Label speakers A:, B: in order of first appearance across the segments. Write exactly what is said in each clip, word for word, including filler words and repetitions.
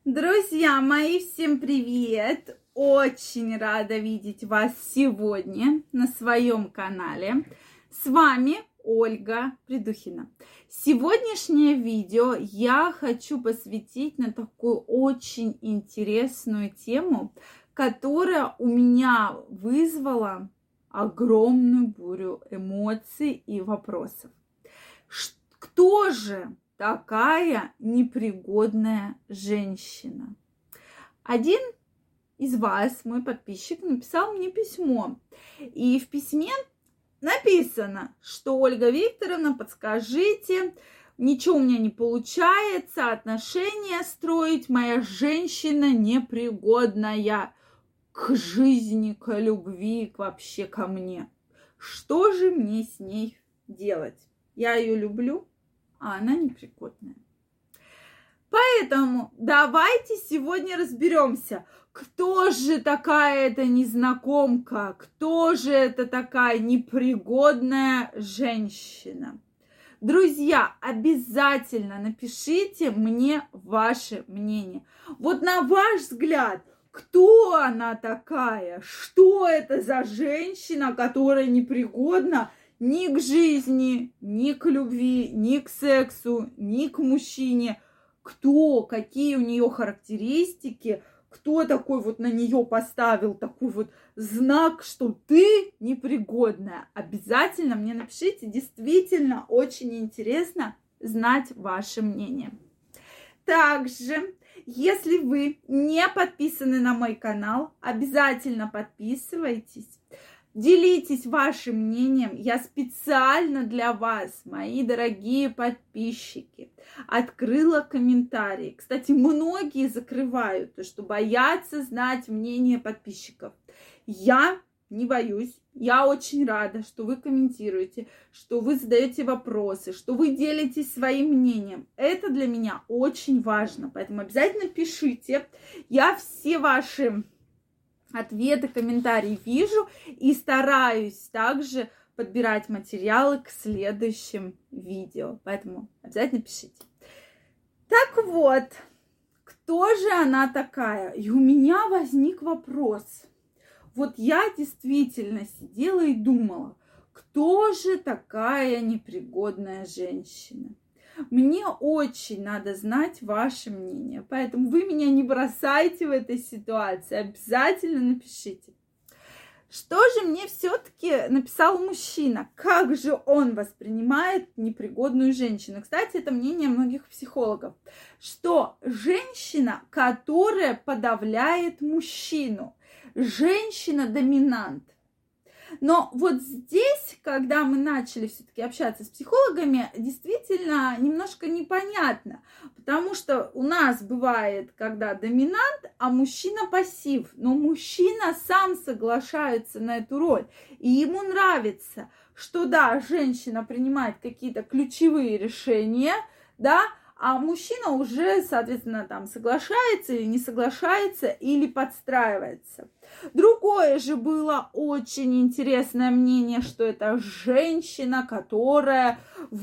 A: Друзья мои, всем привет! Очень рада видеть вас сегодня на своем канале. С вами Ольга Придухина. Сегодняшнее видео я хочу посвятить на такую очень интересную тему, которая у меня вызвала огромную бурю эмоций и вопросов. Кто же такая непригодная женщина? Один из вас, мой подписчик, написал мне письмо. И в письме написано, что Ольга Викторовна, подскажите, ничего у меня не получается, отношения строить, моя женщина непригодная к жизни, к любви, к вообще ко мне. Что же мне с ней делать? Я ее люблю, а она непригодная. Поэтому давайте сегодня разберемся, кто же такая эта незнакомка, кто же это такая непригодная женщина. Друзья, обязательно напишите мне ваше мнение. Вот на ваш взгляд, кто она такая, что это за женщина, которая непригодна ни к жизни, ни к любви, ни к сексу, ни к мужчине. Кто, какие у нее характеристики, кто такой вот на нее поставил такой вот знак, что ты непригодная. Обязательно мне напишите, действительно очень интересно знать ваше мнение. Также, если вы не подписаны на мой канал, обязательно подписывайтесь. Делитесь вашим мнением. Я специально для вас, мои дорогие подписчики, открыла комментарии. Кстати, многие закрывают, то что боятся знать мнение подписчиков. Я не боюсь. Я очень рада, что вы комментируете, что вы задаете вопросы, что вы делитесь своим мнением. Это для меня очень важно. Поэтому обязательно пишите. Я все ваши ответы, комментарии вижу и стараюсь также подбирать материалы к следующим видео. Поэтому обязательно пишите. Так вот, кто же она такая? И у меня возник вопрос. Вот я действительно сидела и думала, кто же такая непригодная женщина? Мне очень надо знать ваше мнение, поэтому вы меня не бросайте в этой ситуации, обязательно напишите. Что же мне все-таки написал мужчина? Как же он воспринимает непригодную женщину? Кстати, это мнение многих психологов, что женщина, которая подавляет мужчину, женщина-доминант. Но вот здесь, когда мы начали все-таки общаться с психологами, действительно немножко непонятно, потому что у нас бывает, когда доминант, а мужчина пассив, но мужчина сам соглашается на эту роль, и ему нравится, что да, женщина принимает какие-то ключевые решения, да, а мужчина уже, соответственно, там соглашается или не соглашается, или подстраивается. Другое же было очень интересное мнение, что это женщина, которая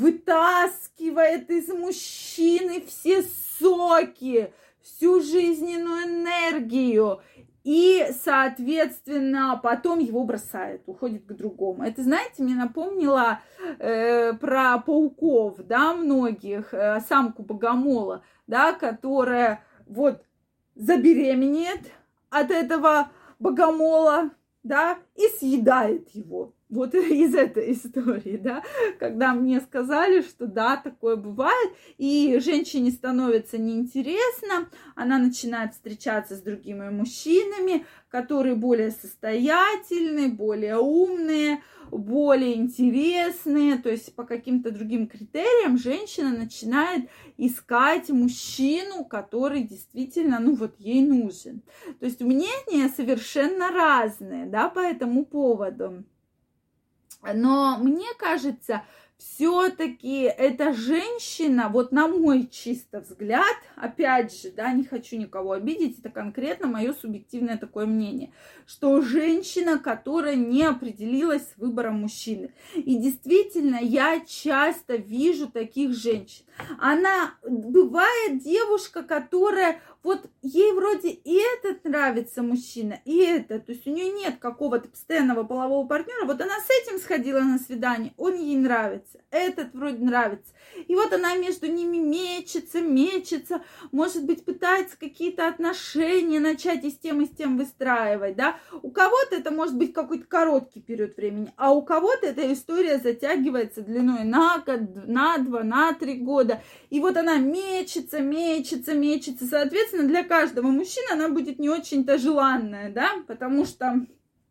A: вытаскивает из мужчины все соки, всю жизненную энергию. И, соответственно, потом его бросает, уходит к другому. Это, знаете, мне напомнило э, про пауков, да, многих, э, самку богомола, да, которая вот забеременеет от этого богомола, да, и съедает его. Вот из этой истории, да, когда мне сказали, что да, такое бывает, и женщине становится неинтересно, она начинает встречаться с другими мужчинами, которые более состоятельные, более умные, более интересные, то есть по каким-то другим критериям женщина начинает искать мужчину, который действительно, ну вот ей нужен. То есть мнения совершенно разные, да, по этому поводу. Но мне кажется, все-таки эта женщина, вот на мой чисто взгляд, опять же, да, не хочу никого обидеть, это конкретно мое субъективное такое мнение, что женщина, которая не определилась с выбором мужчины. И действительно, я часто вижу таких женщин. Она, бывает девушка, которая, вот ей вроде и этот нравится мужчина, и это, то есть у нее нет какого-то постоянного полового партнера, вот она с этим сходила на свидание, он ей нравится, этот вроде нравится, и вот она между ними мечется, мечется, может быть, пытается какие-то отношения начать и с тем, и с тем выстраивать, да, у кого-то это может быть какой-то короткий период времени, а у кого-то эта история затягивается длиной на год, на два, на три года, и вот она мечется, мечется, мечется, соответственно, для каждого мужчины она будет не очень-то желанная, да, потому что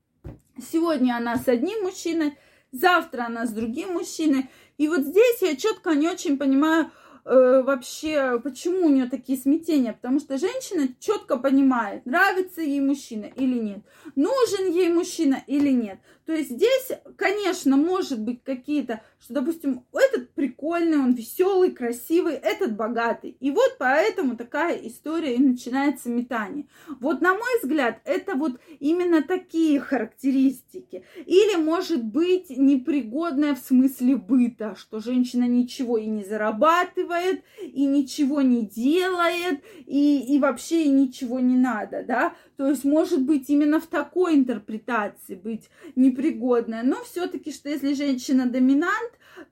A: сегодня она с одним мужчиной, завтра она с другим мужчиной, и вот здесь я четко не очень понимаю э, вообще, почему у нее такие смятения, потому что женщина четко понимает, нравится ей мужчина или нет, нужен ей мужчина или нет. То есть здесь, конечно, может быть какие-то, что, допустим, этот прикольный, он веселый, красивый, этот богатый. И вот поэтому такая история и начинается метание. Вот, на мой взгляд, это вот именно такие характеристики. Или, может быть, непригодная в смысле быта, что женщина ничего и не зарабатывает, и ничего не делает, и, и вообще ей ничего не надо, да. То есть, может быть, именно в такой интерпретации быть непригодная. Но все-таки, что если женщина доминант,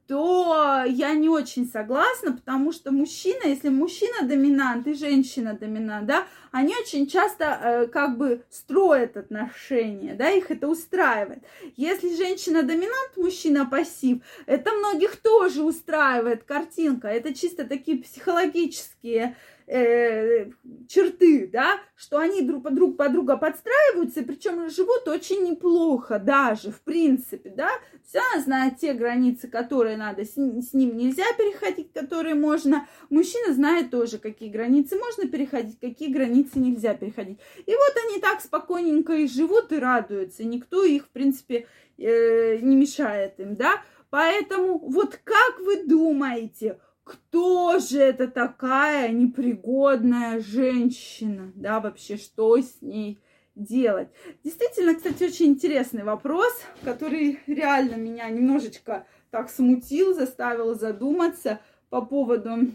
A: то я не очень согласна, потому что мужчина, если мужчина доминант и женщина доминант, да, они очень часто э, как бы строят отношения, да, их это устраивает. Если женщина доминант, мужчина пассив, это многих тоже устраивает картинка. Это чисто такие психологические Э, черты, да, что они друг под друг под друга подстраиваются, причем живут очень неплохо даже, в принципе, да, все знает те границы, которые надо, с, с ним нельзя переходить, которые можно, мужчина знает тоже, какие границы можно переходить, какие границы нельзя переходить, и вот они так спокойненько и живут, и радуются, никто их, в принципе, э, не мешает им, да, поэтому вот как вы думаете, кто же это такая непригодная женщина? Да, вообще, что с ней делать? Действительно, кстати, очень интересный вопрос, который реально меня немножечко так смутил, заставил задуматься по поводу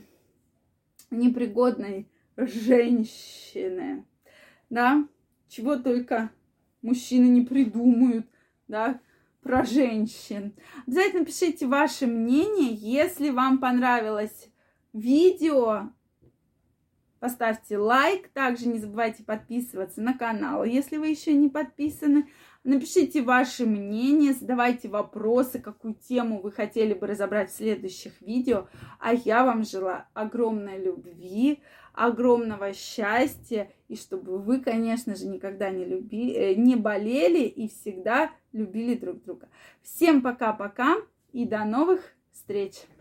A: непригодной женщины. Да, чего только мужчины не придумают, да, про женщин. Обязательно пишите ваше мнение. Если вам понравилось видео, поставьте лайк. Также не забывайте подписываться на канал, если вы еще не подписаны. Напишите ваше мнение, задавайте вопросы, какую тему вы хотели бы разобрать в следующих видео. А я вам желаю огромной любви, огромного счастья, и чтобы вы, конечно же, никогда не, люби, не болели и всегда любили друг друга. Всем пока-пока и до новых встреч!